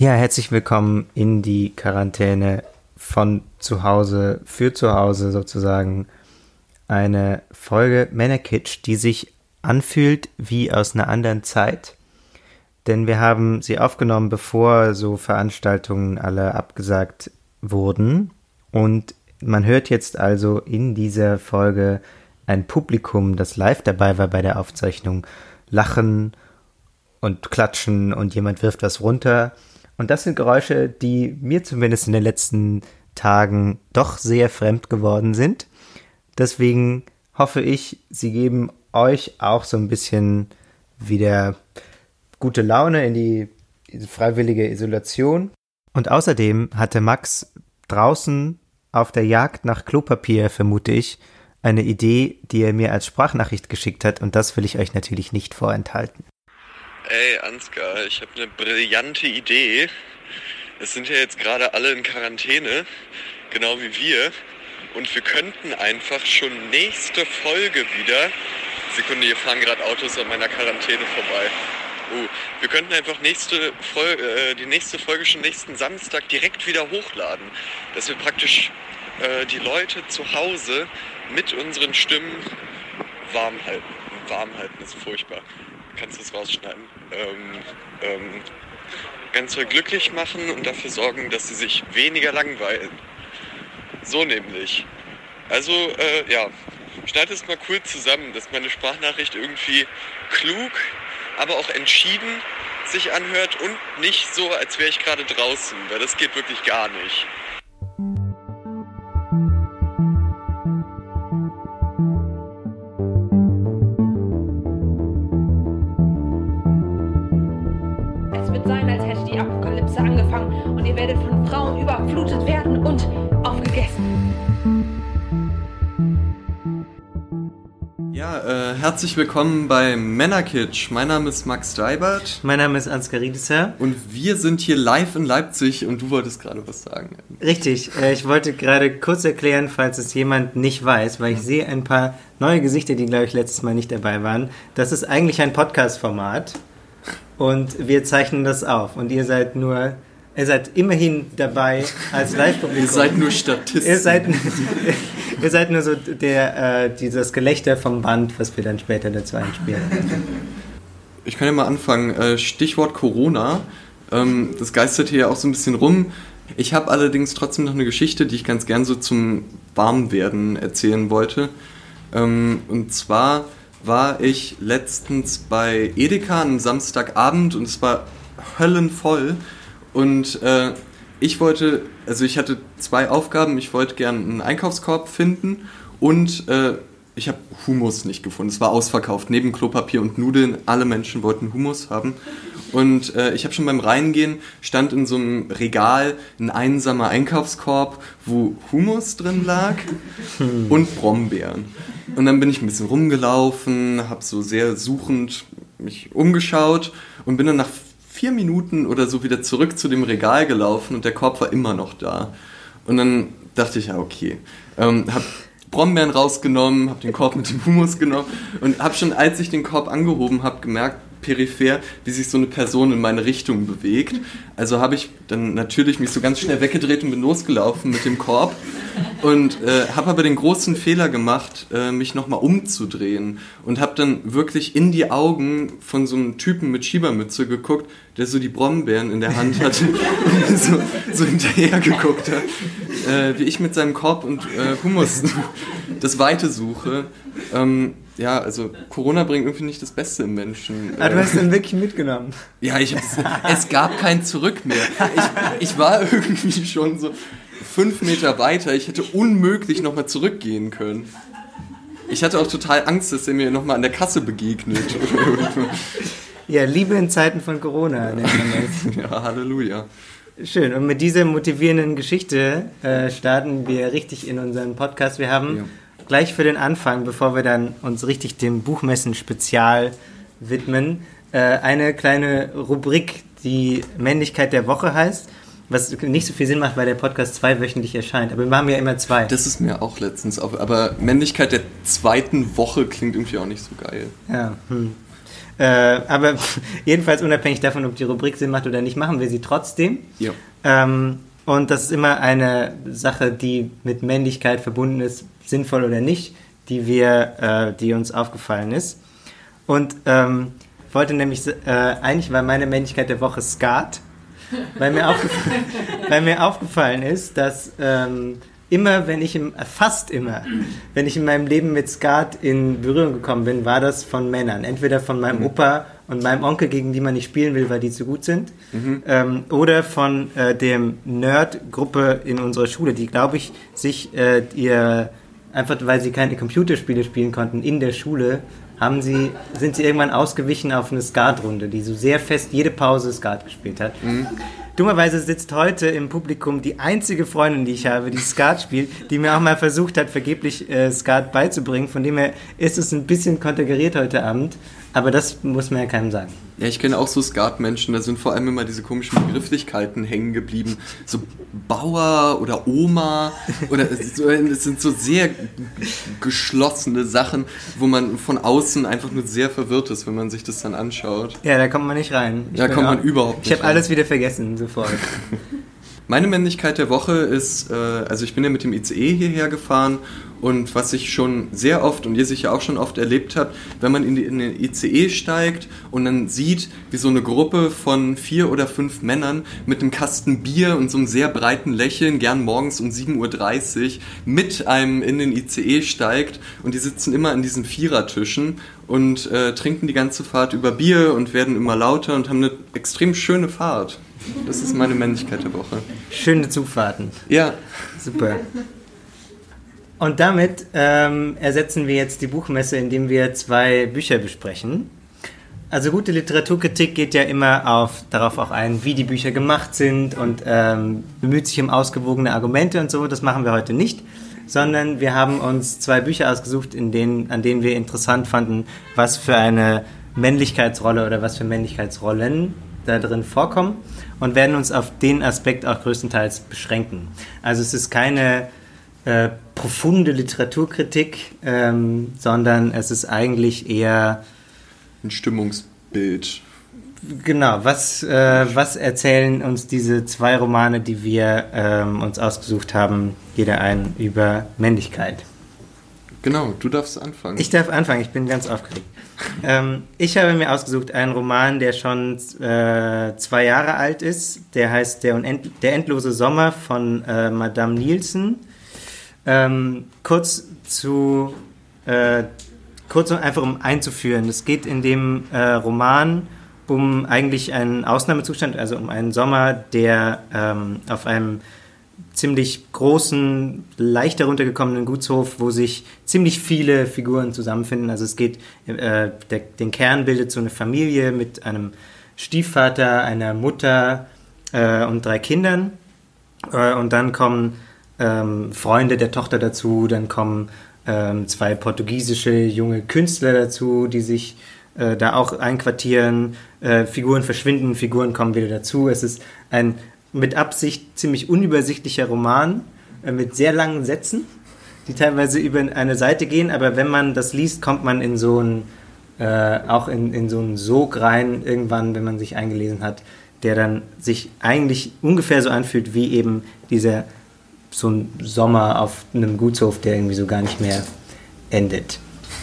Ja, herzlich willkommen in die Quarantäne von zu Hause für zu Hause sozusagen. Eine Folge Männerkitsch, die sich anfühlt wie aus einer anderen Zeit. Denn wir haben sie aufgenommen, bevor so Veranstaltungen alle abgesagt wurden. Und man hört jetzt also in dieser Folge ein Publikum, das live dabei war bei der Aufzeichnung, lachen und klatschen und jemand wirft was runter. Und das sind Geräusche, die mir zumindest in den letzten Tagen doch sehr fremd geworden sind. Deswegen hoffe ich, sie geben euch auch so ein bisschen wieder gute Laune in die freiwillige Isolation. Und außerdem hatte Max draußen auf der Jagd nach Klopapier, vermute ich, eine Idee, die er mir als Sprachnachricht geschickt hat. Und das will ich euch natürlich nicht vorenthalten. Ey, Ansgar, ich habe eine brillante Idee. Es sind ja jetzt gerade alle in Quarantäne, genau wie wir. Und wir könnten einfach schon nächste Folge wieder... Sekunde, hier fahren gerade Autos an meiner Quarantäne vorbei. Wir könnten einfach die nächste Folge schon nächsten Samstag direkt wieder hochladen. Dass wir praktisch die Leute zu Hause mit unseren Stimmen warm halten. Warm halten ist furchtbar. Kannst du es rausschneiden? Ganz doll glücklich machen und dafür sorgen, dass sie sich weniger langweilen. So nämlich. Also, schneid es mal cool zusammen, dass meine Sprachnachricht irgendwie klug, aber auch entschieden sich anhört und nicht so, als wäre ich gerade draußen, weil das geht wirklich gar nicht. Angefangen und ihr werdet von Frauen überflutet werden und aufgegessen. Ja, herzlich willkommen bei Männerkitsch. Mein Name ist Max Deibert. Mein Name ist Ansgar Riedesser. Und wir sind hier live in Leipzig und du wolltest gerade was sagen. Richtig, ich wollte gerade kurz erklären, falls es jemand nicht weiß, weil ich sehe ein paar neue Gesichter, die, glaube ich, letztes Mal nicht dabei waren. Das ist eigentlich ein Podcast-Format. Und wir zeichnen das auf. Und ihr seid immerhin dabei als Live-Publikum. Ihr seid nur Statisten. Ihr seid nur so dieses Gelächter vom Band, was wir dann später dazu einspielen. Ich kann ja mal anfangen. Stichwort Corona. Das geistert hier ja auch so ein bisschen rum. Ich habe allerdings trotzdem noch eine Geschichte, die ich ganz gern so zum Warmwerden erzählen wollte. Und zwar war ich letztens bei Edeka am Samstagabend und es war höllenvoll und ich hatte 2 Aufgaben, ich wollte gerne einen Einkaufskorb finden und ich habe Hummus nicht gefunden, es war ausverkauft, neben Klopapier und Nudeln, alle Menschen wollten Hummus haben und ich habe schon beim Reingehen, stand in so einem Regal ein einsamer Einkaufskorb, wo Hummus drin lag und Brombeeren. Und dann bin ich ein bisschen rumgelaufen, habe so sehr suchend mich umgeschaut und bin dann nach 4 Minuten oder so wieder zurück zu dem Regal gelaufen und der Korb war immer noch da. Und dann dachte ich, ja okay, habe Brombeeren rausgenommen, habe den Korb mit dem Hummus genommen und habe schon, als ich den Korb angehoben habe, gemerkt, peripher, wie sich so eine Person in meine Richtung bewegt. Also habe ich dann natürlich mich so ganz schnell weggedreht und bin losgelaufen mit dem Korb und habe aber den großen Fehler gemacht, mich nochmal umzudrehen und habe dann wirklich in die Augen von so einem Typen mit Schiebermütze geguckt, der so die Brombeeren in der Hand hatte und so hinterher geguckt hat, wie ich mit seinem Korb und Hummus das Weite suche. Ja, also Corona bringt irgendwie nicht das Beste im Menschen. Ah, du hast den wirklich mitgenommen? Ja, es gab kein Zurück mehr. Ich war irgendwie schon so 5 Meter weiter. Ich hätte unmöglich nochmal zurückgehen können. Ich hatte auch total Angst, dass er mir nochmal an der Kasse begegnet. Ja, Liebe in Zeiten von Corona nennt man das. Ja, Halleluja. Schön, und mit dieser motivierenden Geschichte starten wir richtig in unseren Podcast. Wir haben gleich für den Anfang, bevor wir dann uns richtig dem Buchmessen-Spezial widmen, eine kleine Rubrik, die Männlichkeit der Woche heißt, was nicht so viel Sinn macht, weil der Podcast 2-wöchentlich erscheint. Aber wir haben ja immer 2. Das ist mir auch letztens auf, aber Männlichkeit der 2. Woche klingt irgendwie auch nicht so geil. Ja, Aber jedenfalls unabhängig davon, ob die Rubrik Sinn macht oder nicht, machen wir sie trotzdem. Ja. Und das ist immer eine Sache, die mit Männlichkeit verbunden ist, sinnvoll oder nicht, die uns aufgefallen ist. Und wollte nämlich, eigentlich war meine Männlichkeit der Woche Skat, weil mir aufgefallen ist, dass fast immer, wenn ich in meinem Leben mit Skat in Berührung gekommen bin, war das von Männern. Entweder von meinem Opa und meinem Onkel, gegen die man nicht spielen will, weil die zu gut sind, oder von dem Nerd-Gruppe in unserer Schule, die, glaube ich, sich einfach weil sie keine Computerspiele spielen konnten in der Schule, sind sie irgendwann ausgewichen auf eine Skatrunde, die so sehr fest jede Pause Skat gespielt hat. Dummerweise sitzt heute im Publikum die einzige Freundin, die ich habe, die Skat spielt, die mir auch mal versucht hat, vergeblich Skat beizubringen. Von dem her ist es ein bisschen konterkariert heute Abend, aber das muss man ja keinem sagen. Ja, ich kenne auch so Skat-Menschen, da sind vor allem immer diese komischen Begrifflichkeiten hängen geblieben. So Bauer oder Oma oder es sind so sehr geschlossene Sachen, wo man von außen einfach nur sehr verwirrt ist, wenn man sich das dann anschaut. Ja, da kommt man nicht rein. Da kommt man überhaupt nicht rein. Ich habe alles wieder vergessen, sofort. Meine Männlichkeit der Woche ist, also ich bin ja mit dem ICE hierher gefahren und was ich schon sehr oft und ihr sicher auch schon oft erlebt habt, wenn man in den ICE steigt und dann sieht, wie so eine Gruppe von 4 oder 5 Männern mit einem Kasten Bier und so einem sehr breiten Lächeln, gern morgens um 7.30 Uhr, mit einem in den ICE steigt und die sitzen immer an diesen Vierertischen und trinken die ganze Fahrt über Bier und werden immer lauter und haben eine extrem schöne Fahrt. Das ist meine Männlichkeit der Woche. Schöne Zugfahrten. Ja. Super. Und damit ersetzen wir jetzt die Buchmesse, indem wir 2 Bücher besprechen. Also gute Literaturkritik geht ja immer darauf auch ein, wie die Bücher gemacht sind und bemüht sich um ausgewogene Argumente und so. Das machen wir heute nicht, sondern wir haben uns 2 Bücher ausgesucht, an denen wir interessant fanden, was für eine Männlichkeitsrolle oder was für Männlichkeitsrollen da drin vorkommen und werden uns auf den Aspekt auch größtenteils beschränken. Also es ist keine profunde Literaturkritik, sondern es ist eigentlich eher ein Stimmungsbild. Genau, was erzählen uns diese 2 Romane, die wir uns ausgesucht haben, jeder einen über Männlichkeit? Genau, du darfst anfangen. Ich darf anfangen, ich bin ganz aufgeregt. Ich habe mir ausgesucht einen Roman, der schon 2 Jahre alt ist. Der heißt Der endlose Sommer von Madame Nielsen. Kurz einfach um einzuführen. Es geht in dem Roman um eigentlich einen Ausnahmezustand, also um einen Sommer, der auf einem ziemlich großen, leicht heruntergekommenen Gutshof, wo sich ziemlich viele Figuren zusammenfinden. Also es geht, den Kern bildet so eine Familie mit einem Stiefvater, einer Mutter und 3 Kindern. Und dann kommen Freunde der Tochter dazu, dann kommen 2 portugiesische junge Künstler dazu, die sich da auch einquartieren. Figuren verschwinden, Figuren kommen wieder dazu. Es ist ein mit Absicht ziemlich unübersichtlicher Roman mit sehr langen Sätzen, die teilweise über eine Seite gehen, aber wenn man das liest, kommt man in so einen auch in so einen Sog rein irgendwann, wenn man sich eingelesen hat, der dann sich eigentlich ungefähr so anfühlt wie eben so ein Sommer auf einem Gutshof, der irgendwie so gar nicht mehr endet.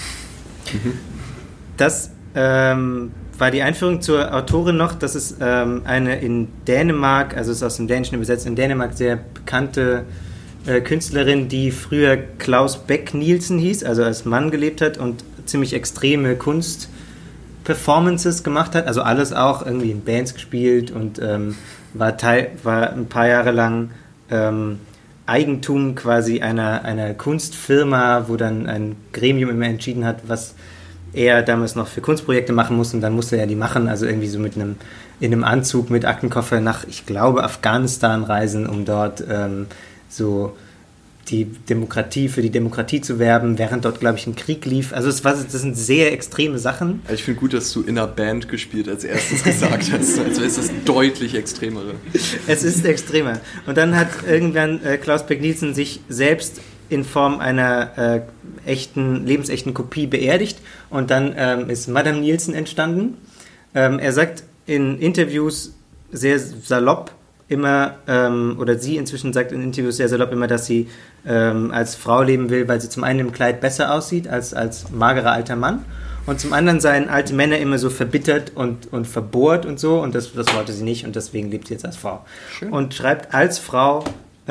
Das war die Einführung zur Autorin noch. Das ist eine in Dänemark, also ist aus dem Dänischen übersetzt, in Dänemark sehr bekannte Künstlerin, die früher Claus Beck Nielsen hieß, also als Mann gelebt hat und ziemlich extreme Kunstperformances gemacht hat, also alles auch irgendwie in Bands gespielt und war ein paar Jahre lang Eigentum quasi einer Kunstfirma, wo dann ein Gremium immer entschieden hat, was er damals noch für Kunstprojekte machen musste und dann musste er die machen, also irgendwie so in einem Anzug mit Aktenkoffer nach, ich glaube, Afghanistan reisen, um dort so für die Demokratie zu werben, während dort, glaube ich, ein Krieg lief. Also das sind sehr extreme Sachen. Ich finde gut, dass du in einer Band gespielt als erstes gesagt hast. Also ist das deutlich extremere. Es ist extremer. Und dann hat irgendwann Claus Beck Nielsen sich selbst in Form einer lebensechten Kopie beerdigt und dann ist Madame Nielsen entstanden. Er sagt in Interviews sehr salopp immer, oder sie inzwischen sagt in Interviews sehr salopp immer, dass sie als Frau leben will, weil sie zum einen im Kleid besser aussieht als magerer alter Mann und zum anderen seien alte Männer immer so verbittert und verbohrt und so und das wollte sie nicht und deswegen lebt sie jetzt als Frau. Schön. Und schreibt als Frau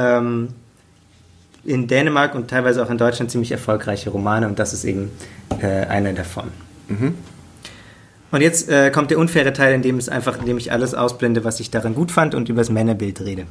in Dänemark und teilweise auch in Deutschland ziemlich erfolgreiche Romane und das ist eben einer davon. Mhm. Und jetzt kommt der unfaire Teil, in dem ich alles ausblende, was ich daran gut fand und über das Männerbild rede.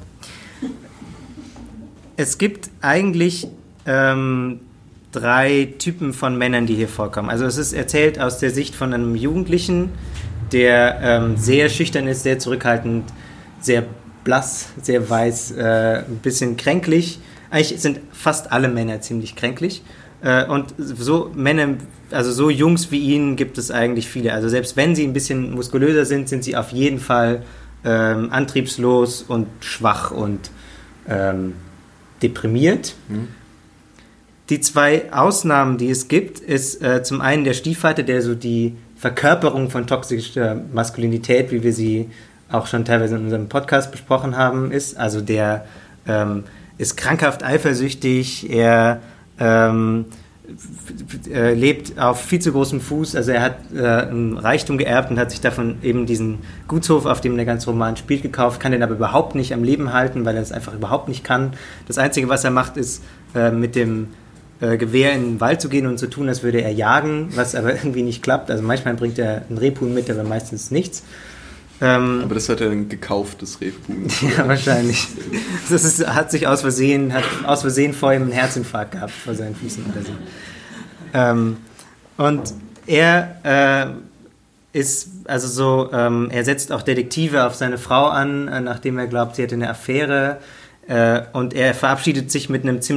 Es gibt eigentlich 3 Typen von Männern, die hier vorkommen. Also es ist erzählt aus der Sicht von einem Jugendlichen, der sehr schüchtern ist, sehr zurückhaltend, sehr blass, sehr weiß, ein bisschen kränklich. Eigentlich sind fast alle Männer ziemlich kränklich. Und so Männer, also so Jungs wie ihn gibt es eigentlich viele. Also selbst wenn sie ein bisschen muskulöser sind, sind sie auf jeden Fall antriebslos und schwach und deprimiert. Mhm. Die 2 Ausnahmen, die es gibt, ist zum einen der Stiefvater, der so die Verkörperung von toxischer Maskulinität, wie wir sie auch schon teilweise in unserem Podcast besprochen haben, ist. Also der ist krankhaft eifersüchtig, er lebt auf viel zu großem Fuß, also er hat ein Reichtum geerbt und hat sich davon eben diesen Gutshof, auf dem der ganze Roman spielt, gekauft, kann den aber überhaupt nicht am Leben halten, weil er es einfach überhaupt nicht kann. Das Einzige, was er macht, ist mit dem Gewehr in den Wald zu gehen und zu tun, als würde er jagen, was aber irgendwie nicht klappt. Also manchmal bringt er ein Rebhuhn mit, aber meistens nichts. Aber das hat er ein gekauftes Rebhuhn. Ja, wahrscheinlich. Hat aus Versehen vor ihm einen Herzinfarkt gehabt vor seinen Füßen oder so. Und er ist also so, er setzt auch Detektive auf seine Frau an, nachdem er glaubt, sie hätte eine Affäre. Und er verabschiedet sich mit einem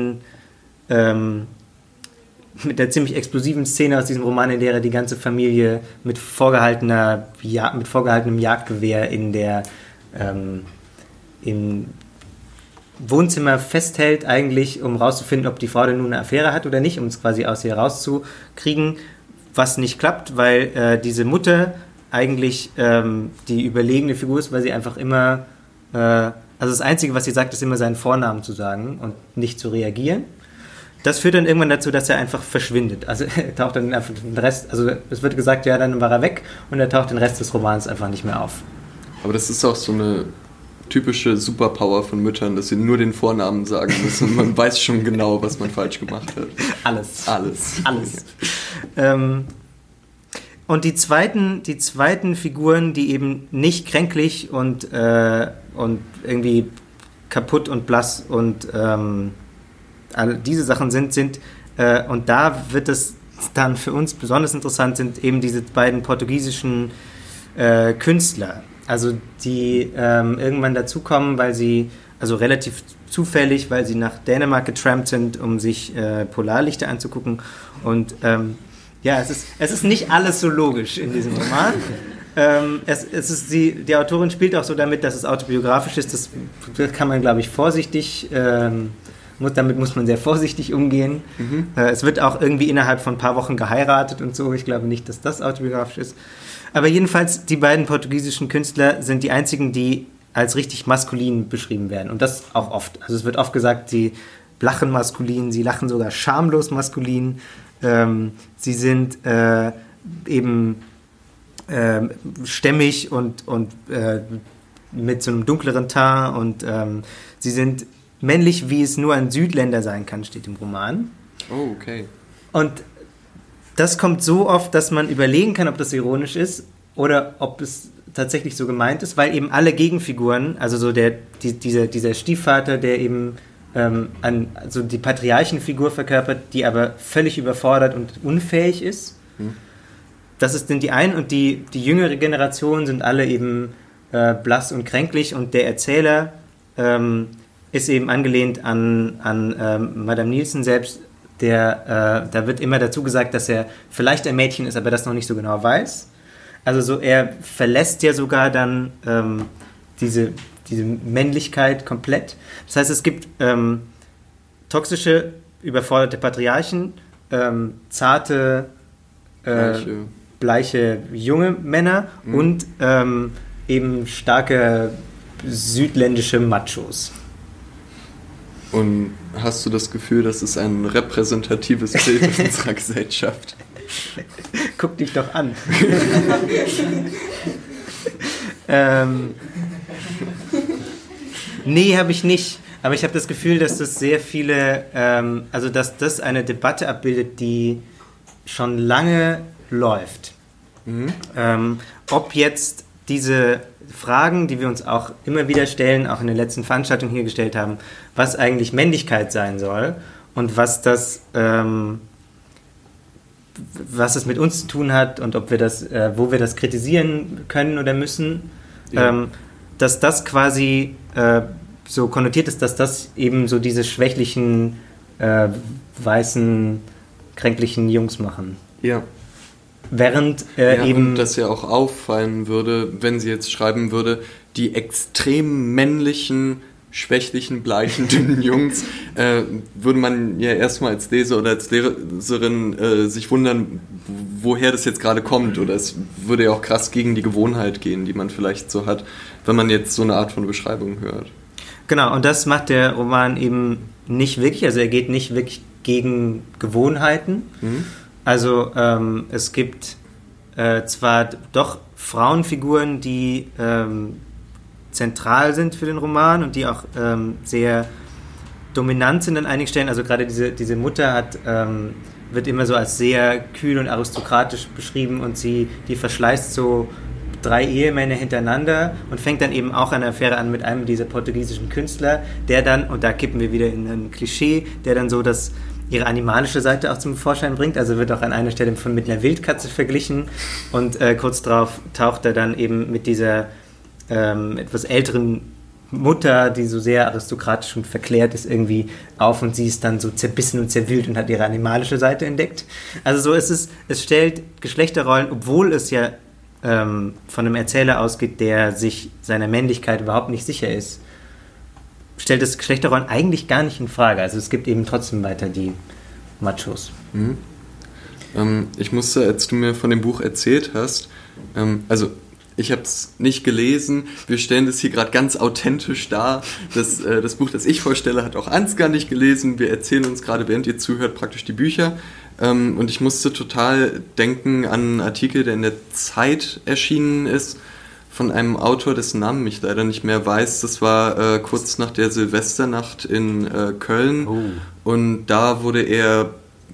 mit der ziemlich explosiven Szene aus diesem Roman, in der er die ganze Familie mit vorgehaltenem Jagdgewehr im Wohnzimmer festhält, eigentlich, um rauszufinden, ob die Frau denn nun eine Affäre hat oder nicht, um es quasi aus ihr rauszukriegen, was nicht klappt, weil diese Mutter eigentlich die überlegene Figur ist, weil sie einfach immer, also das Einzige, was sie sagt, ist immer seinen Vornamen zu sagen und nicht zu reagieren. Das führt dann irgendwann dazu, dass er einfach verschwindet. Also er taucht dann einfach den Rest, also es wird gesagt, ja, dann war er weg und er taucht den Rest des Romans einfach nicht mehr auf. Aber das ist auch so eine typische Superpower von Müttern, dass sie nur den Vornamen sagen müssen und man weiß schon genau, was man falsch gemacht hat. Alles. Ja. Und die zweiten Figuren, die eben nicht kränklich und irgendwie kaputt und blass und all diese Sachen sind und da wird es dann für uns besonders interessant, sind eben diese beiden portugiesischen Künstler, also die irgendwann dazukommen, weil sie, also relativ zufällig, weil sie nach Dänemark getrampt sind, um sich Polarlichter anzugucken und ja, es ist nicht alles so logisch in diesem Roman. Die Autorin spielt auch so damit, dass es autobiografisch ist, das kann man, glaube ich, vorsichtig damit muss man sehr vorsichtig umgehen. Mhm. Es wird auch irgendwie innerhalb von ein paar Wochen geheiratet und so. Ich glaube nicht, dass das autobiografisch ist. Aber jedenfalls, die beiden portugiesischen Künstler sind die einzigen, die als richtig maskulin beschrieben werden. Und das auch oft. Also es wird oft gesagt, sie lachen maskulin, sie lachen sogar schamlos maskulin. Sie sind eben stämmig und mit so einem dunkleren Teint und sie sind männlich, wie es nur ein Südländer sein kann, steht im Roman. Oh, okay. Und das kommt so oft, dass man überlegen kann, ob das ironisch ist oder ob es tatsächlich so gemeint ist, weil eben alle Gegenfiguren, also so dieser Stiefvater, der eben also die Patriarchenfigur verkörpert, die aber völlig überfordert und unfähig ist. Das sind die einen und die jüngere Generation sind alle eben blass und kränklich und der Erzähler ist eben angelehnt an Madame Nielsen selbst, da wird immer dazu gesagt, dass er vielleicht ein Mädchen ist, aber das noch nicht so genau weiß. Also so, er verlässt ja sogar dann diese Männlichkeit komplett. Das heißt, es gibt toxische überforderte Patriarchen, zarte, bleiche junge Männer und eben starke südländische Machos. Und hast du das Gefühl, das ist ein repräsentatives Bild unserer Gesellschaft? Guck dich doch an. Nee, habe ich nicht. Aber ich habe das Gefühl, dass das sehr viele, also dass das eine Debatte abbildet, die schon lange läuft. Ob jetzt diese Fragen, die wir uns auch immer wieder stellen, auch in den letzten Veranstaltungen hier gestellt haben, was eigentlich Männlichkeit sein soll und was das mit uns zu tun hat und ob wir das, wo wir das kritisieren können oder müssen, dass das quasi so konnotiert ist, dass das eben so diese schwächlichen, weißen, kränklichen Jungs machen. Ja. Während eben... Und das ja auch auffallen würde, wenn sie jetzt schreiben würde, die extrem männlichen, schwächlichen, bleichen, dünnen Jungs, würde man ja erstmal als Leser oder als Leserin sich wundern, woher das jetzt gerade kommt. Oder es würde ja auch krass gegen die Gewohnheit gehen, die man vielleicht so hat, wenn man jetzt so eine Art von Beschreibung hört. Genau, und das macht der Roman eben nicht wirklich, also er geht nicht wirklich gegen Gewohnheiten. Also es gibt zwar doch Frauenfiguren, die zentral sind für den Roman und die auch sehr dominant sind an einigen Stellen. Also gerade diese Mutter wird immer so als sehr kühl und aristokratisch beschrieben und die verschleißt so 3 Ehemänner hintereinander und fängt dann eben auch eine Affäre an mit einem dieser portugiesischen Künstler, der dann, und da kippen wir wieder in ein Klischee, der dann so ihre animalische Seite auch zum Vorschein bringt, also wird auch an einer Stelle mit einer Wildkatze verglichen und kurz darauf taucht er dann eben mit dieser etwas älteren Mutter, die so sehr aristokratisch und verklärt ist, irgendwie auf und sie ist dann so zerbissen und zerwühlt und hat ihre animalische Seite entdeckt. Also so ist es stellt Geschlechterrollen, obwohl es ja von einem Erzähler ausgeht, der sich seiner Männlichkeit überhaupt nicht sicher ist, stellt es Geschlechterrollen eigentlich gar nicht in Frage. Also es gibt eben trotzdem weiter die Machos. Ich musste, als du mir von dem Buch erzählt hast, also ich habe es nicht gelesen, wir stellen das hier gerade ganz authentisch dar. Das Buch, das ich vorstelle, hat auch Ansgar nicht gelesen. Wir erzählen uns gerade, während ihr zuhört, praktisch die Bücher. Und ich musste total denken an einen Artikel, der in der Zeit erschienen ist, von einem Autor, dessen Namen ich leider nicht mehr weiß. Das war kurz nach der Silvesternacht in Köln. Oh. Und da wurde er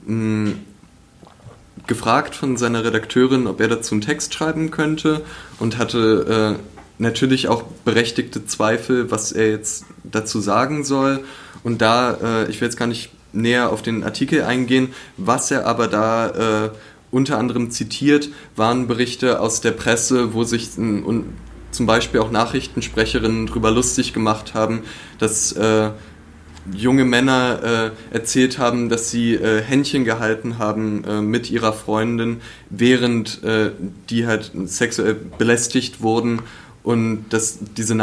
gefragt von seiner Redakteurin, ob er dazu einen Text schreiben könnte und hatte natürlich auch berechtigte Zweifel, was er jetzt dazu sagen soll. Und da, ich will jetzt gar nicht näher auf den Artikel eingehen, was er aber da unter anderem zitiert, waren Berichte aus der Presse, wo sich zum Beispiel auch Nachrichtensprecherinnen drüber lustig gemacht haben, dass junge Männer erzählt haben, dass sie Händchen gehalten haben mit ihrer Freundin, während die halt sexuell belästigt wurden und dass diese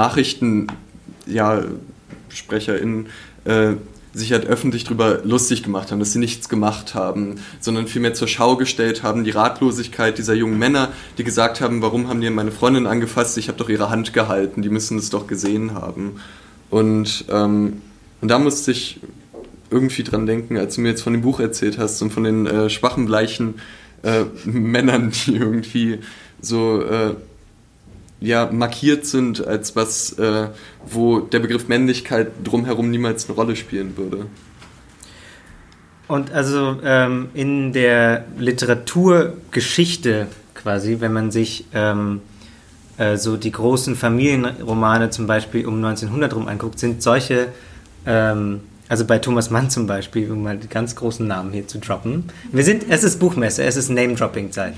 NachrichtensprecherInnen sich halt öffentlich drüber lustig gemacht haben, dass sie nichts gemacht haben, sondern vielmehr zur Schau gestellt haben, die Ratlosigkeit dieser jungen Männer, die gesagt haben, warum haben die meine Freundin angefasst, ich habe doch ihre Hand gehalten, die müssen es doch gesehen haben. Und da musste ich irgendwie dran denken, als du mir jetzt von dem Buch erzählt hast und von den schwachen, bleichen Männern, die irgendwie so markiert sind als was, wo der Begriff Männlichkeit drumherum niemals eine Rolle spielen würde. Und also in der Literaturgeschichte quasi, wenn man sich so die großen Familienromane zum Beispiel um 1900 rum anguckt, sind solche, also bei Thomas Mann zum Beispiel, um mal die ganz großen Namen hier zu droppen. Es ist Buchmesse, es ist Name-Dropping-Zeit.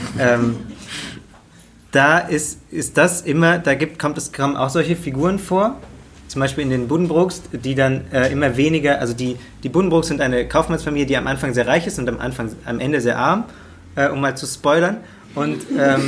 Da ist das immer, kommen auch solche Figuren vor, zum Beispiel in den Buddenbrooks, die dann immer weniger, also die Buddenbrooks sind eine Kaufmannsfamilie, die am Anfang sehr reich ist und am Ende sehr arm, um mal zu spoilern. Und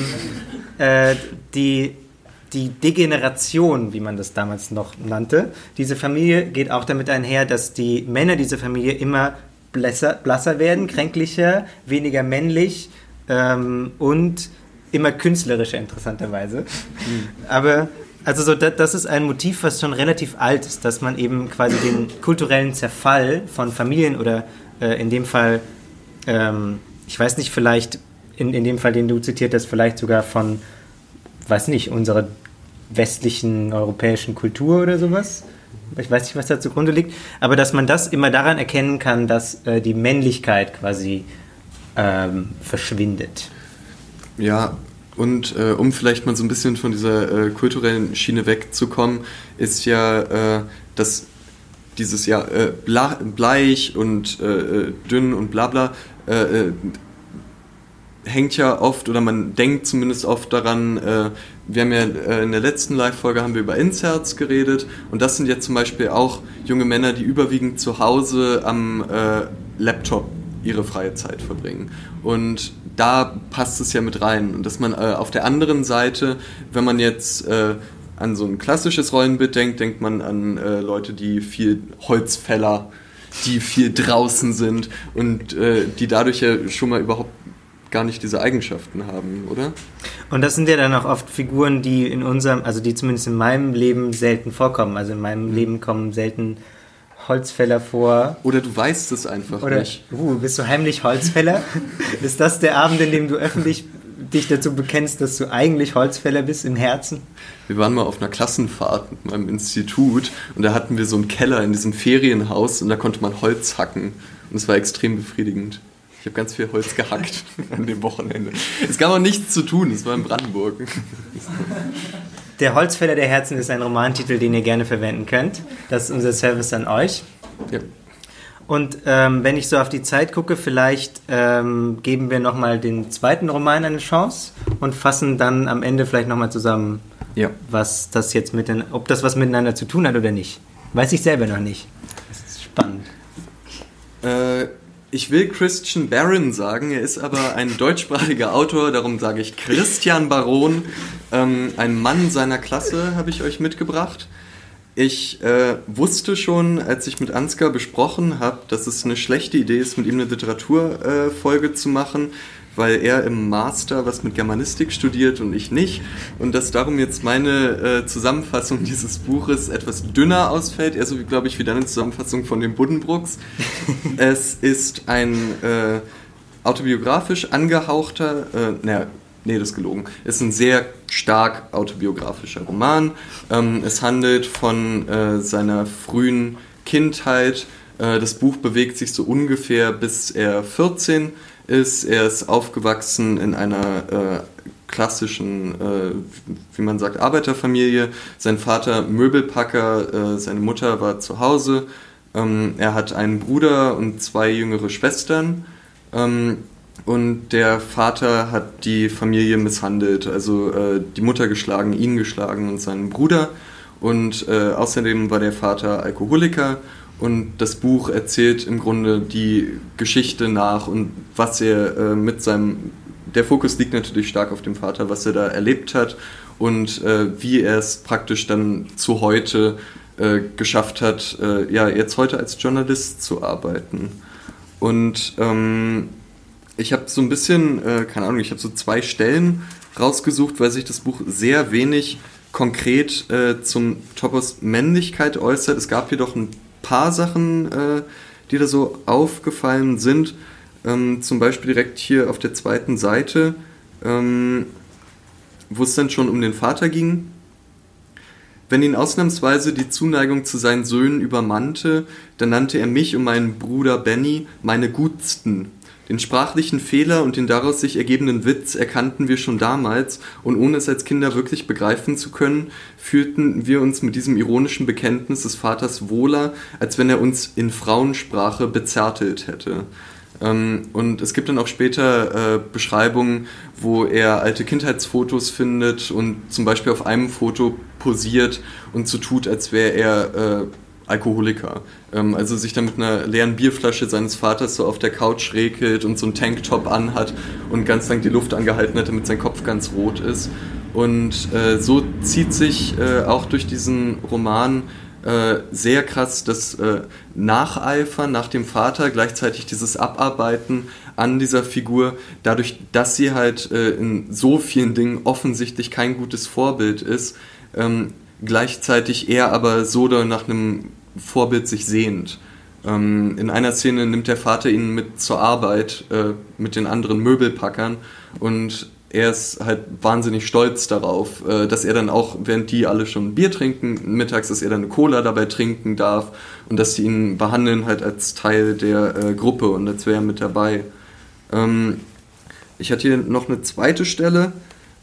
die Degeneration, wie man das damals noch nannte, diese Familie geht auch damit einher, dass die Männer dieser Familie immer blasser werden, kränklicher, weniger männlich und immer künstlerischer, interessanterweise. Aber also so, das ist ein Motiv, was schon relativ alt ist, dass man eben quasi den kulturellen Zerfall von Familien oder in dem Fall, ich weiß nicht, vielleicht in dem Fall, den du zitiert hast, vielleicht sogar von, weiß nicht, unserer westlichen europäischen Kultur oder sowas. Ich weiß nicht, was da zugrunde liegt, aber dass man das immer daran erkennen kann, dass die Männlichkeit quasi verschwindet. Ja, und um vielleicht mal so ein bisschen von dieser kulturellen Schiene wegzukommen, ist ja, dass dieses Jahr bleich und dünn und bla bla hängt ja oft, oder man denkt zumindest oft daran, wir haben ja in der letzten Live-Folge haben wir über Incels geredet, und das sind jetzt zum Beispiel auch junge Männer, die überwiegend zu Hause am Laptop ihre freie Zeit verbringen. Und da passt es ja mit rein. Und dass man auf der anderen Seite, wenn man jetzt an so ein klassisches Rollenbild denkt man an Leute, die viel Holzfäller, die viel draußen sind und die dadurch ja schon mal überhaupt gar nicht diese Eigenschaften haben, oder? Und das sind ja dann auch oft Figuren, die in unserem, also die zumindest in meinem Leben selten vorkommen. Also in meinem Leben kommen selten Holzfäller vor. Oder du weißt es einfach nicht. Bist du heimlich Holzfäller? Ist das der Abend, in dem du öffentlich dich dazu bekennst, dass du eigentlich Holzfäller bist im Herzen? Wir waren mal auf einer Klassenfahrt mit meinem Institut und da hatten wir so einen Keller in diesem Ferienhaus und da konnte man Holz hacken. Und es war extrem befriedigend. Ich habe ganz viel Holz gehackt an dem Wochenende. Es gab auch nichts zu tun, es war in Brandenburg. Der Holzfäller der Herzen ist ein Romantitel, den ihr gerne verwenden könnt. Das ist unser Service an euch. Ja. Und wenn ich so auf die Zeit gucke, vielleicht geben wir nochmal den zweiten Roman eine Chance und fassen dann am Ende vielleicht nochmal zusammen, was das jetzt ob das was miteinander zu tun hat oder nicht. Weiß ich selber noch nicht. Das ist spannend. Ich will Christian Barron sagen, er ist aber ein deutschsprachiger Autor, darum sage ich Christian Baron, ein Mann seiner Klasse habe ich euch mitgebracht. Ich wusste schon, als ich mit Ansgar besprochen habe, dass es eine schlechte Idee ist, mit ihm eine Literaturfolge zu machen, weil er im Master was mit Germanistik studiert und ich nicht. Und dass darum jetzt meine Zusammenfassung dieses Buches etwas dünner ausfällt, eher so wie, glaube ich, wie deine Zusammenfassung von den Buddenbrooks. Es ist ein autobiografisch angehauchter, das ist gelogen. Es ist ein sehr stark autobiografischer Roman. Es handelt von seiner frühen Kindheit. Das Buch bewegt sich so ungefähr bis er 14 ist. Er ist aufgewachsen in einer klassischen, wie man sagt, Arbeiterfamilie. Sein Vater Möbelpacker, seine Mutter war zu Hause. Er hat einen Bruder und 2 jüngere Schwestern. Und der Vater hat die Familie misshandelt, also die Mutter geschlagen, ihn geschlagen und seinen Bruder. Und außerdem war der Vater Alkoholiker. Und das Buch erzählt im Grunde die Geschichte nach und was er der Fokus liegt natürlich stark auf dem Vater, was er da erlebt hat und wie er es praktisch dann zu heute geschafft hat, jetzt heute als Journalist zu arbeiten. Und ich habe so ein bisschen, ich habe so 2 Stellen rausgesucht, weil sich das Buch sehr wenig konkret zum Topos Männlichkeit äußert. Es gab jedoch ein paar Sachen, die da so aufgefallen sind. Zum Beispiel direkt hier auf der 2. Seite, wo es dann schon um den Vater ging. Wenn ihn ausnahmsweise die Zuneigung zu seinen Söhnen übermannte, dann nannte er mich und meinen Bruder Benny meine Gutsten. Den sprachlichen Fehler und den daraus sich ergebenden Witz erkannten wir schon damals und ohne es als Kinder wirklich begreifen zu können, fühlten wir uns mit diesem ironischen Bekenntnis des Vaters wohler, als wenn er uns in Frauensprache bezärtelt hätte. Und es gibt dann auch später Beschreibungen, wo er alte Kindheitsfotos findet und zum Beispiel auf einem Foto posiert und so tut, als wäre er Alkoholiker. Also sich dann mit einer leeren Bierflasche seines Vaters so auf der Couch regelt und so einen Tanktop anhat und ganz lang die Luft angehalten hat, damit sein Kopf ganz rot ist. Und so zieht sich auch durch diesen Roman sehr krass das Nacheifern nach dem Vater, gleichzeitig dieses Abarbeiten an dieser Figur, dadurch, dass sie halt in so vielen Dingen offensichtlich kein gutes Vorbild ist, gleichzeitig er aber so nach einem Vorbild sich sehnt. In einer Szene nimmt der Vater ihn mit zur Arbeit mit den anderen Möbelpackern und er ist halt wahnsinnig stolz darauf, dass er dann auch, während die alle schon Bier trinken, mittags, dass er dann eine Cola dabei trinken darf und dass sie ihn behandeln halt als Teil der Gruppe und als wäre er mit dabei. Ich hatte hier noch eine zweite Stelle.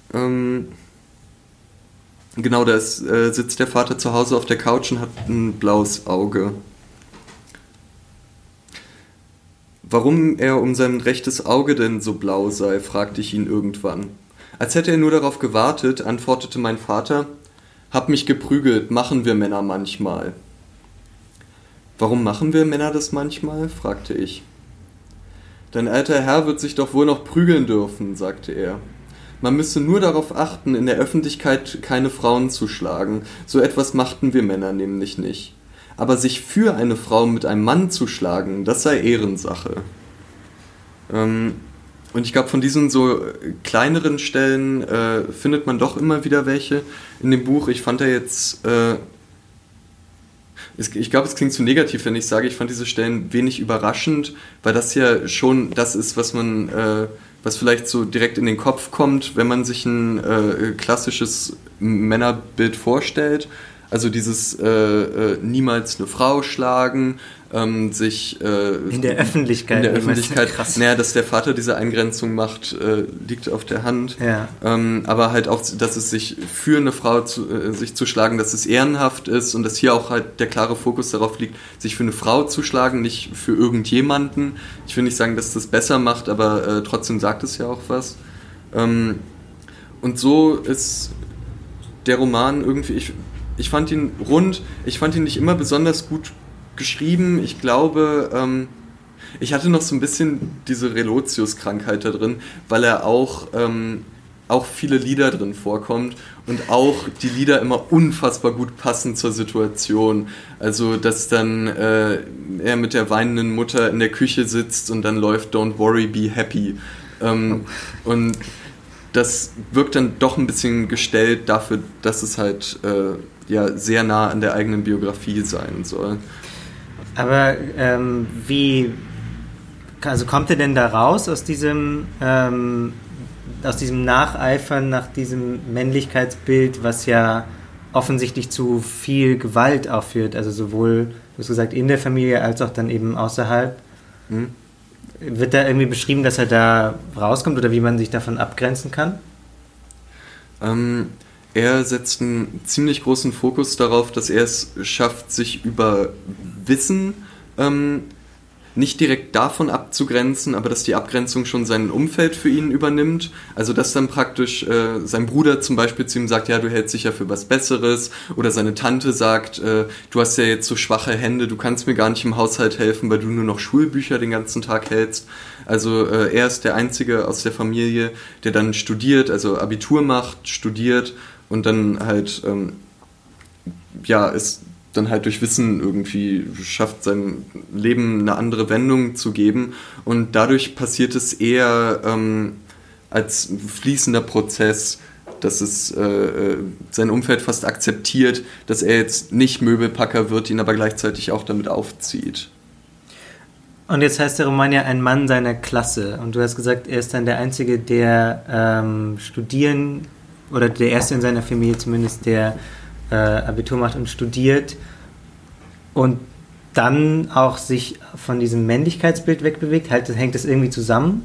Genau, da sitzt der Vater zu Hause auf der Couch und hat ein blaues Auge. Warum er um sein rechtes Auge denn so blau sei, fragte ich ihn irgendwann. Als hätte er nur darauf gewartet, antwortete mein Vater: Hab mich geprügelt, machen wir Männer manchmal. Warum machen wir Männer das manchmal? Fragte ich. Dein alter Herr wird sich doch wohl noch prügeln dürfen, sagte er. Man müsse nur darauf achten, in der Öffentlichkeit keine Frauen zu schlagen. So etwas machten wir Männer nämlich nicht. Aber sich für eine Frau mit einem Mann zu schlagen, das sei Ehrensache. Und ich glaube, von diesen so kleineren Stellen findet man doch immer wieder welche in dem Buch. Ich fand da jetzt... ich glaube, es klingt zu negativ, wenn ich sage, ich fand diese Stellen wenig überraschend, weil das ja schon das ist, was man... was vielleicht so direkt in den Kopf kommt, wenn man sich ein klassisches Männerbild vorstellt. Also dieses niemals eine Frau schlagen, sich... in der Öffentlichkeit. Naja, dass der Vater diese Eingrenzung macht, liegt auf der Hand. Ja. Aber halt auch, dass es sich für eine Frau sich zu schlagen, dass es ehrenhaft ist und dass hier auch halt der klare Fokus darauf liegt, sich für eine Frau zu schlagen, nicht für irgendjemanden. Ich will nicht sagen, dass das besser macht, aber trotzdem sagt es ja auch was. Und so ist der Roman irgendwie... Ich fand ihn rund, ich fand ihn nicht immer besonders gut geschrieben. Ich glaube, ich hatte noch so ein bisschen diese Relotius-Krankheit da drin, weil er auch viele Lieder drin vorkommt und auch die Lieder immer unfassbar gut passen zur Situation. Also, dass dann er mit der weinenden Mutter in der Küche sitzt und dann läuft Don't Worry, Be Happy. Und das wirkt dann doch ein bisschen gestellt dafür, dass es halt sehr nah an der eigenen Biografie sein soll. Aber also kommt er denn da raus aus diesem Nacheifern nach diesem Männlichkeitsbild, was ja offensichtlich zu viel Gewalt auch führt, also sowohl, du hast gesagt, in der Familie als auch dann eben außerhalb? Wird da irgendwie beschrieben, dass er da rauskommt oder wie man sich davon abgrenzen kann? Er setzt einen ziemlich großen Fokus darauf, dass er es schafft, sich über Wissen nicht direkt davon abzugrenzen, aber dass die Abgrenzung schon sein Umfeld für ihn übernimmt. Also dass dann praktisch sein Bruder zum Beispiel zu ihm sagt, ja, du hältst dich ja für was Besseres. Oder seine Tante sagt, du hast ja jetzt so schwache Hände, du kannst mir gar nicht im Haushalt helfen, weil du nur noch Schulbücher den ganzen Tag hältst. Also er ist der Einzige aus der Familie, der dann studiert, also Abitur macht, studiert und dann halt, ist dann halt durch Wissen irgendwie schafft, seinem Leben eine andere Wendung zu geben. Und dadurch passiert es eher als fließender Prozess, dass es sein Umfeld fast akzeptiert, dass er jetzt nicht Möbelpacker wird, ihn aber gleichzeitig auch damit aufzieht. Und jetzt heißt der Roman ja ein Mann seiner Klasse. Und du hast gesagt, er ist dann der Einzige, der studieren, oder der Erste in seiner Familie zumindest, der Abitur macht und studiert und dann auch sich von diesem Männlichkeitsbild wegbewegt. Hängt das irgendwie zusammen?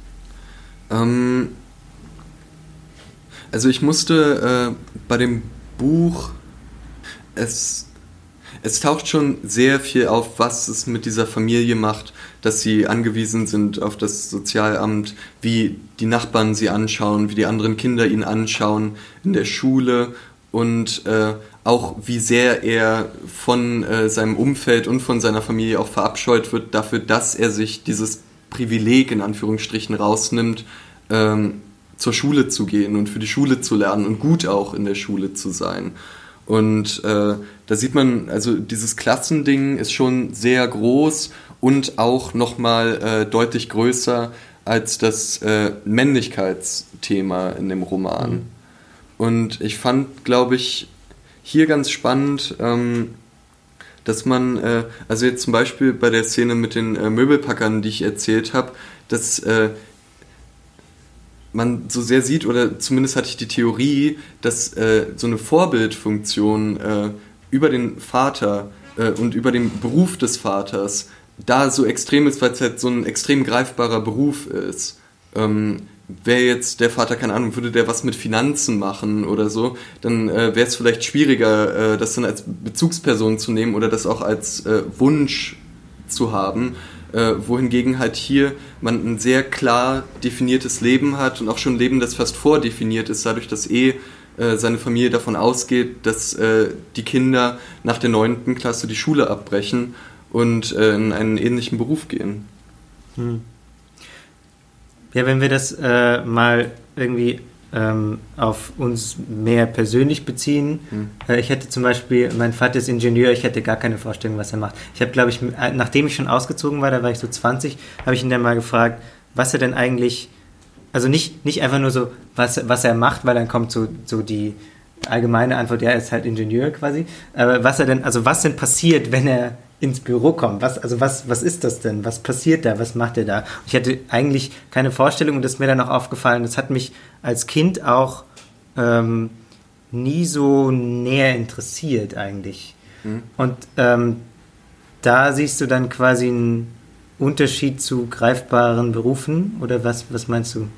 Also ich musste bei dem Buch, es taucht schon sehr viel auf, was es mit dieser Familie macht, dass sie angewiesen sind auf das Sozialamt, wie die Nachbarn sie anschauen, wie die anderen Kinder ihn anschauen in der Schule und auch wie sehr er von seinem Umfeld und von seiner Familie auch verabscheut wird dafür, dass er sich dieses Privileg in Anführungsstrichen rausnimmt, zur Schule zu gehen und für die Schule zu lernen und gut auch in der Schule zu sein. Und da sieht man, also dieses Klassending ist schon sehr groß und auch nochmal deutlich größer als das Männlichkeitsthema in dem Roman. Und ich fand, glaube ich, hier ganz spannend, dass man, also jetzt zum Beispiel bei der Szene mit den Möbelpackern, die ich erzählt habe, dass man so sehr sieht, oder zumindest hatte ich die Theorie, dass so eine Vorbildfunktion über den Vater und über den Beruf des Vaters da so extrem ist, weil es halt so ein extrem greifbarer Beruf ist. Wäre jetzt der Vater, keine Ahnung, würde der was mit Finanzen machen oder so, dann wäre es vielleicht schwieriger, das dann als Bezugsperson zu nehmen oder das auch als Wunsch zu haben. Wohingegen halt hier man ein sehr klar definiertes Leben hat und auch schon ein Leben, das fast vordefiniert ist, dadurch, dass seine Familie davon ausgeht, dass die Kinder nach der 9. Klasse die Schule abbrechen und in einen ähnlichen Beruf gehen. Ja, wenn wir das mal irgendwie auf uns mehr persönlich beziehen. Ich hätte zum Beispiel, mein Vater ist Ingenieur, ich hätte gar keine Vorstellung, was er macht. Ich habe, glaube ich, nachdem ich schon ausgezogen war, da war ich so 20, habe ich ihn dann mal gefragt, was er denn eigentlich, also nicht einfach nur so, was er macht, weil dann kommt so die allgemeine Antwort, ja, er ist halt Ingenieur quasi, aber was denn passiert, wenn er ins Büro kommt? Was ist das denn? Was passiert da? Was macht er da? Und ich hatte eigentlich keine Vorstellung und das ist mir dann auch aufgefallen, das hat mich als Kind auch nie so näher interessiert eigentlich. Und da siehst du dann quasi einen Unterschied zu greifbaren Berufen oder was meinst du?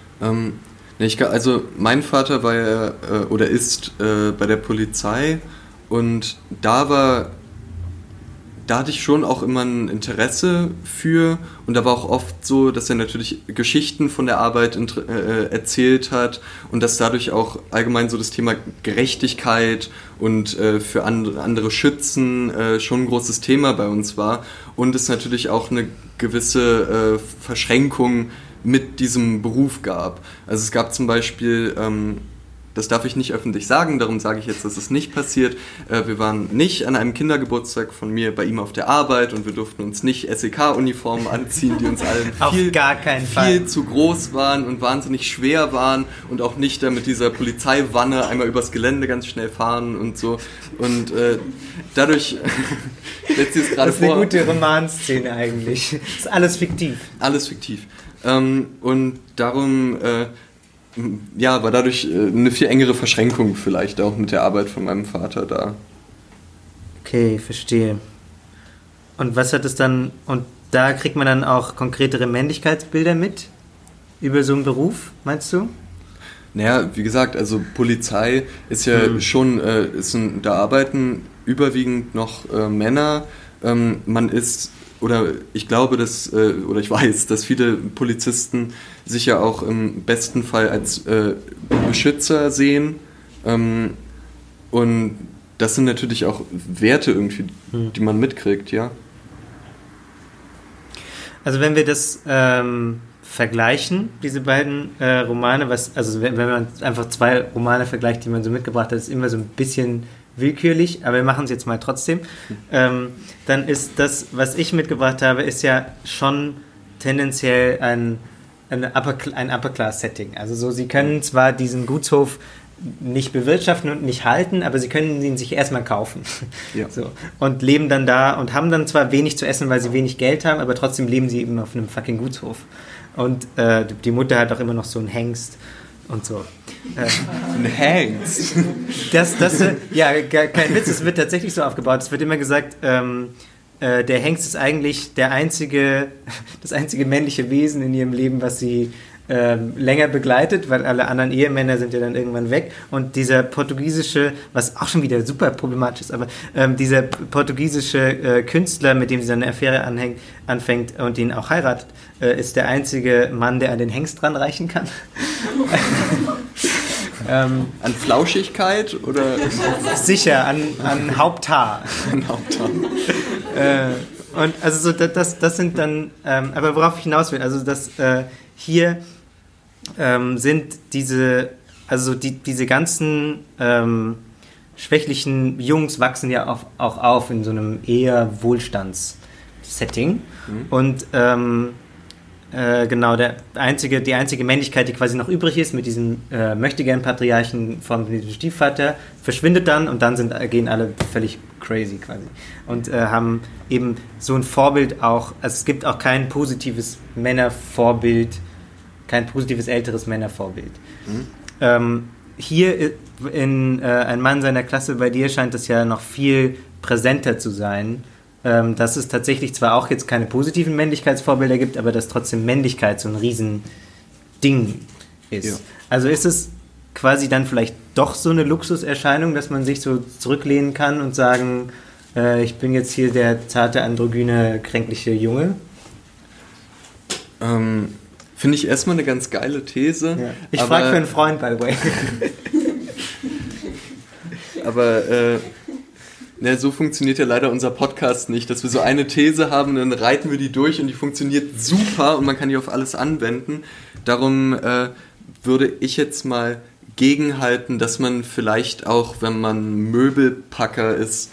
Also mein Vater war ja oder ist bei der Polizei und da hatte ich schon auch immer ein Interesse für und da war auch oft so, dass er natürlich Geschichten von der Arbeit erzählt hat und dass dadurch auch allgemein so das Thema Gerechtigkeit und für andere Schützen schon ein großes Thema bei uns war und es natürlich auch eine gewisse Verschränkung mit diesem Beruf gab. Also es gab zum Beispiel... das darf ich nicht öffentlich sagen, darum sage ich jetzt, dass es nicht passiert. Wir waren nicht an einem Kindergeburtstag von mir bei ihm auf der Arbeit und wir durften uns nicht SEK-Uniformen anziehen, die uns allen viel zu groß waren und wahnsinnig schwer waren und auch nicht da mit dieser Polizeiwanne einmal übers Gelände ganz schnell fahren und so. Und dadurch setzt sie es gerade vor. Das ist eine gute Romanszene eigentlich. Das ist alles fiktiv. Alles fiktiv. Und darum... war dadurch eine viel engere Verschränkung vielleicht auch mit der Arbeit von meinem Vater da. Okay, verstehe. Und was hat es dann, und da kriegt man dann auch konkretere Männlichkeitsbilder mit über so einen Beruf, meinst du? Naja, wie gesagt, also Polizei ist ja schon, da arbeiten überwiegend noch Männer. Man ist... Oder ich glaube, oder ich weiß, dass viele Polizisten sich ja auch im besten Fall als Beschützer sehen. Und das sind natürlich auch Werte irgendwie, die man mitkriegt, ja. Also wenn wir das vergleichen, diese beiden Romane, wenn man einfach 2 Romane vergleicht, die man so mitgebracht hat, ist immer so ein bisschen willkürlich, aber wir machen es jetzt mal trotzdem. Dann ist das, was ich mitgebracht habe, ist ja schon tendenziell ein Upper-Class-Setting. Also so, sie können zwar diesen Gutshof nicht bewirtschaften und nicht halten, aber sie können ihn sich erstmal kaufen. Ja. So. Und leben dann da und haben dann zwar wenig zu essen, weil sie wenig Geld haben, aber trotzdem leben sie eben auf einem fucking Gutshof. Und die Mutter hat auch immer noch so einen Hengst und so. Ein Hengst? Ja, kein Witz, es wird tatsächlich so aufgebaut. Es wird immer gesagt, der Hengst ist eigentlich das einzige männliche Wesen in ihrem Leben, was sie länger begleitet, weil alle anderen Ehemänner sind ja dann irgendwann weg. Und dieser portugiesische, was auch schon wieder super problematisch ist, aber dieser portugiesische Künstler, mit dem sie seine Affäre anfängt und ihn auch heiratet, ist der einzige Mann, der an den Hengst ranreichen kann. An Flauschigkeit oder? Sicher, an Haupthaar. An Haupthaar. Und also so, das sind dann, aber worauf ich hinaus will, also dass hier sind diese ganzen schwächlichen Jungs wachsen ja auch auf in so einem eher Wohlstandssetting. Und genau, die einzige Männlichkeit, die quasi noch übrig ist, mit diesem Möchtegern-Patriarchen von diesem Stiefvater, verschwindet dann und dann gehen alle völlig crazy quasi. Und haben eben so ein Vorbild auch, also es gibt auch kein positives Männervorbild, kein positives älteres Männervorbild. Hier in Ein Mann seiner Klasse, bei dir scheint es ja noch viel präsenter zu sein, dass es tatsächlich zwar auch jetzt keine positiven Männlichkeitsvorbilder gibt, aber dass trotzdem Männlichkeit so ein Riesending ist. Ja. Also ist es quasi dann vielleicht doch so eine Luxuserscheinung, dass man sich so zurücklehnen kann und sagen, ich bin jetzt hier der zarte, androgyne, kränkliche Junge? Finde ich erstmal eine ganz geile These. Ja. Ich frage für einen Freund, by the way. Aber so funktioniert ja leider unser Podcast nicht, dass wir so eine These haben, dann reiten wir die durch und die funktioniert super und man kann die auf alles anwenden. Darum würde ich jetzt mal gegenhalten, dass man vielleicht auch, wenn man Möbelpacker ist,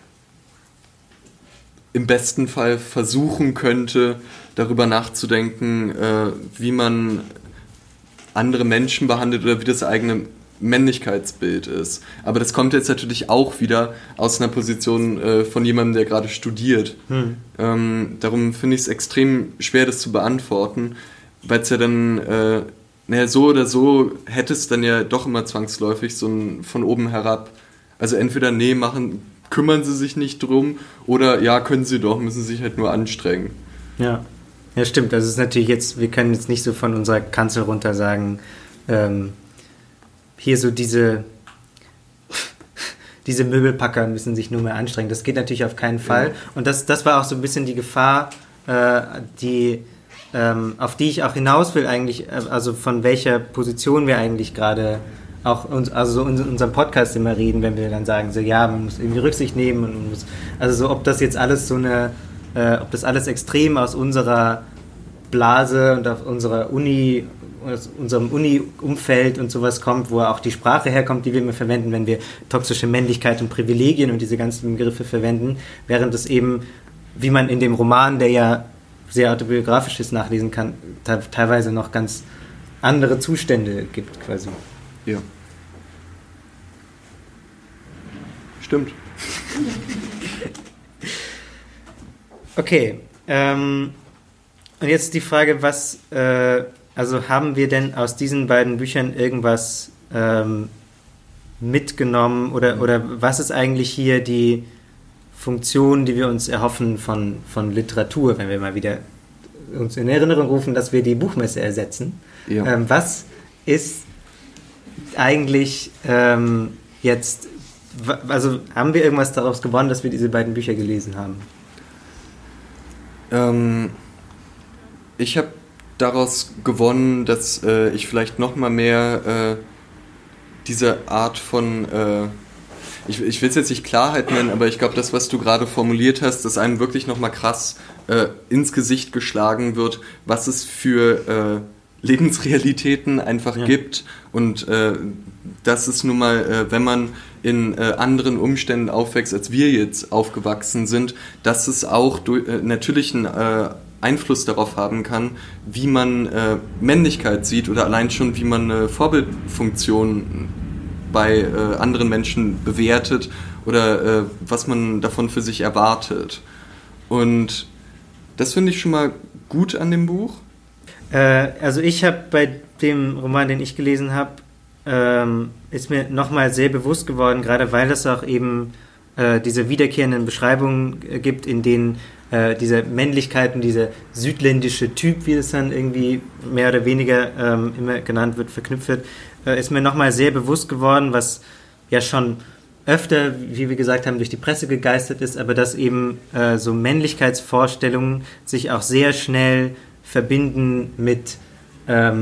im besten Fall versuchen könnte, darüber nachzudenken, wie man andere Menschen behandelt oder wie das eigene Männlichkeitsbild ist. Aber das kommt jetzt natürlich auch wieder aus einer Position von jemandem, der gerade studiert. Darum finde ich es extrem schwer, das zu beantworten, weil es ja dann, so oder so hätte es dann ja doch immer zwangsläufig so ein von oben herab. Also entweder kümmern sie sich nicht drum oder ja, können sie doch, müssen sich halt nur anstrengen. Ja, stimmt. Das ist natürlich jetzt, wir können jetzt nicht so von unserer Kanzel runter sagen, hier so diese Möbelpacker müssen sich nur mehr anstrengen. Das geht natürlich auf keinen Fall. Ja. Und das war auch so ein bisschen die Gefahr, auf die ich auch hinaus will eigentlich, also von welcher Position wir eigentlich gerade auch in unserem Podcast immer reden, wenn wir dann sagen, so ja, man muss irgendwie Rücksicht nehmen und man muss, also so, ob das jetzt alles ob das alles extrem aus unserer Blase und auf unserer aus unserem Uni-Umfeld und sowas kommt, wo auch die Sprache herkommt, die wir immer verwenden, wenn wir toxische Männlichkeit und Privilegien und diese ganzen Begriffe verwenden, während es eben, wie man in dem Roman, der ja sehr autobiografisch ist, nachlesen kann, teilweise noch ganz andere Zustände gibt quasi. Ja. Stimmt. Okay. Und jetzt die Frage, also haben wir denn aus diesen beiden Büchern irgendwas mitgenommen oder was ist eigentlich hier die Funktion, die wir uns erhoffen von Literatur, wenn wir mal wieder uns in Erinnerung rufen, dass wir die Buchmesse ersetzen? Ja. Was ist eigentlich jetzt, also haben wir irgendwas daraus gewonnen, dass wir diese beiden Bücher gelesen haben? Ich habe daraus gewonnen, dass ich vielleicht noch mal mehr diese Art von, ich will es jetzt nicht Klarheit nennen, aber ich glaube, das, was du gerade formuliert hast, dass einem wirklich noch mal krass ins Gesicht geschlagen wird, was es für Lebensrealitäten einfach gibt und dass es nun mal, wenn man in anderen Umständen aufwächst, als wir jetzt aufgewachsen sind, dass es auch natürlich einen Einfluss darauf haben kann, wie man Männlichkeit sieht oder allein schon, wie man eine Vorbildfunktion bei anderen Menschen bewertet oder was man davon für sich erwartet. Und das finde ich schon mal gut an dem Buch. Also ich habe bei dem Roman, den ich gelesen habe, ist mir nochmal sehr bewusst geworden, gerade weil es auch eben diese wiederkehrenden Beschreibungen gibt, in denen diese Männlichkeit und dieser südländische Typ, wie es dann irgendwie mehr oder weniger immer genannt wird, verknüpft wird, ist mir nochmal sehr bewusst geworden, was ja schon öfter, wie wir gesagt haben, durch die Presse gegeistert ist, aber dass eben so Männlichkeitsvorstellungen sich auch sehr schnell verbinden mit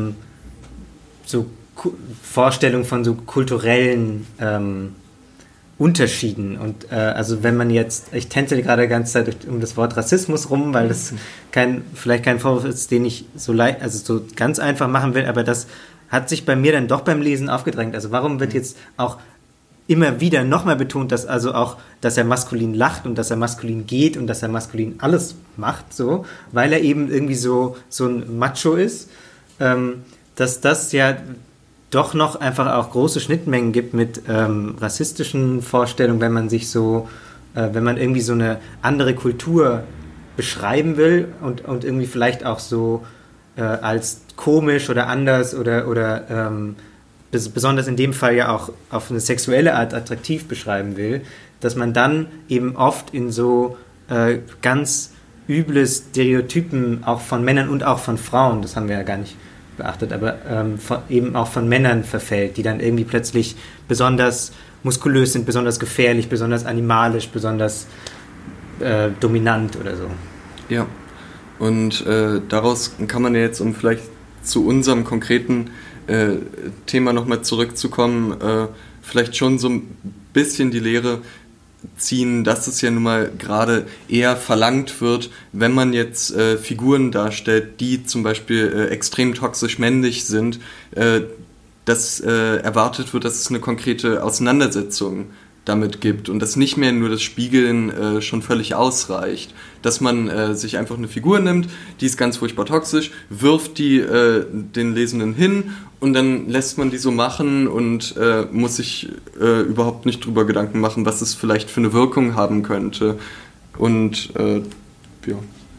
so Vorstellungen von so kulturellen Unterschieden. Und also wenn man jetzt, ich tänzele gerade die ganze Zeit um das Wort Rassismus rum, weil das vielleicht kein Vorwurf ist, den ich so ganz einfach machen will, aber das hat sich bei mir dann doch beim Lesen aufgedrängt. Also warum wird jetzt auch immer wieder nochmal betont, dass er maskulin lacht und dass er maskulin geht und dass er maskulin alles macht, so, weil er eben irgendwie so ein Macho ist, dass das ja doch noch einfach auch große Schnittmengen gibt mit rassistischen Vorstellungen, wenn man irgendwie so eine andere Kultur beschreiben will und irgendwie vielleicht auch so als komisch oder anders oder besonders in dem Fall ja auch auf eine sexuelle Art attraktiv beschreiben will, dass man dann eben oft in so ganz üble Stereotypen auch von Männern und auch von Frauen, das haben wir ja gar nicht beachtet, aber eben auch von Männern verfällt, die dann irgendwie plötzlich besonders muskulös sind, besonders gefährlich, besonders animalisch, besonders dominant oder so. Ja, und daraus kann man ja jetzt, um vielleicht zu unserem konkreten Thema nochmal zurückzukommen, vielleicht schon so ein bisschen die Lehre ziehen, dass es ja nun mal gerade eher verlangt wird, wenn man jetzt Figuren darstellt, die zum Beispiel extrem toxisch männlich sind, dass erwartet wird, dass es eine konkrete Auseinandersetzung damit gibt und dass nicht mehr nur das Spiegeln schon völlig ausreicht. Dass man sich einfach eine Figur nimmt, die ist ganz furchtbar toxisch, wirft die den Lesenden hin und dann lässt man die so machen und muss sich überhaupt nicht drüber Gedanken machen, was es vielleicht für eine Wirkung haben könnte. Und ja.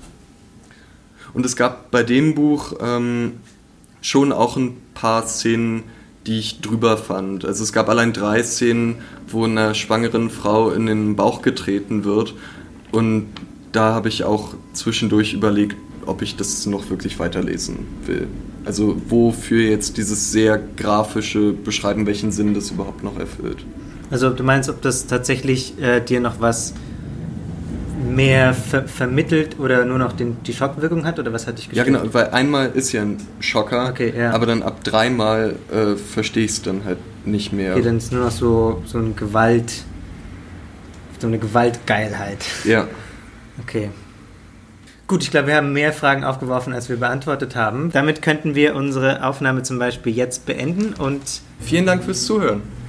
Und es gab bei dem Buch schon auch ein paar Szenen, die ich drüber fand. Also es gab allein 3 Szenen, wo einer schwangeren Frau in den Bauch getreten wird und da habe ich auch zwischendurch überlegt, ob ich das noch wirklich weiterlesen will. Also wofür jetzt dieses sehr grafische Beschreiben, welchen Sinn das überhaupt noch erfüllt. Also du meinst, ob das tatsächlich dir noch was mehr vermittelt oder nur noch die Schockwirkung hat, oder was hat dich gestört? Ja genau, weil einmal ist ja ein Schocker, okay, ja. Aber dann ab 3 Mal verstehe ich es dann halt nicht mehr. Okay, dann ist nur noch so eine Gewaltgeilheit. Ja. Okay. Gut, ich glaube, wir haben mehr Fragen aufgeworfen, als wir beantwortet haben. Damit könnten wir unsere Aufnahme zum Beispiel jetzt beenden und vielen Dank fürs Zuhören.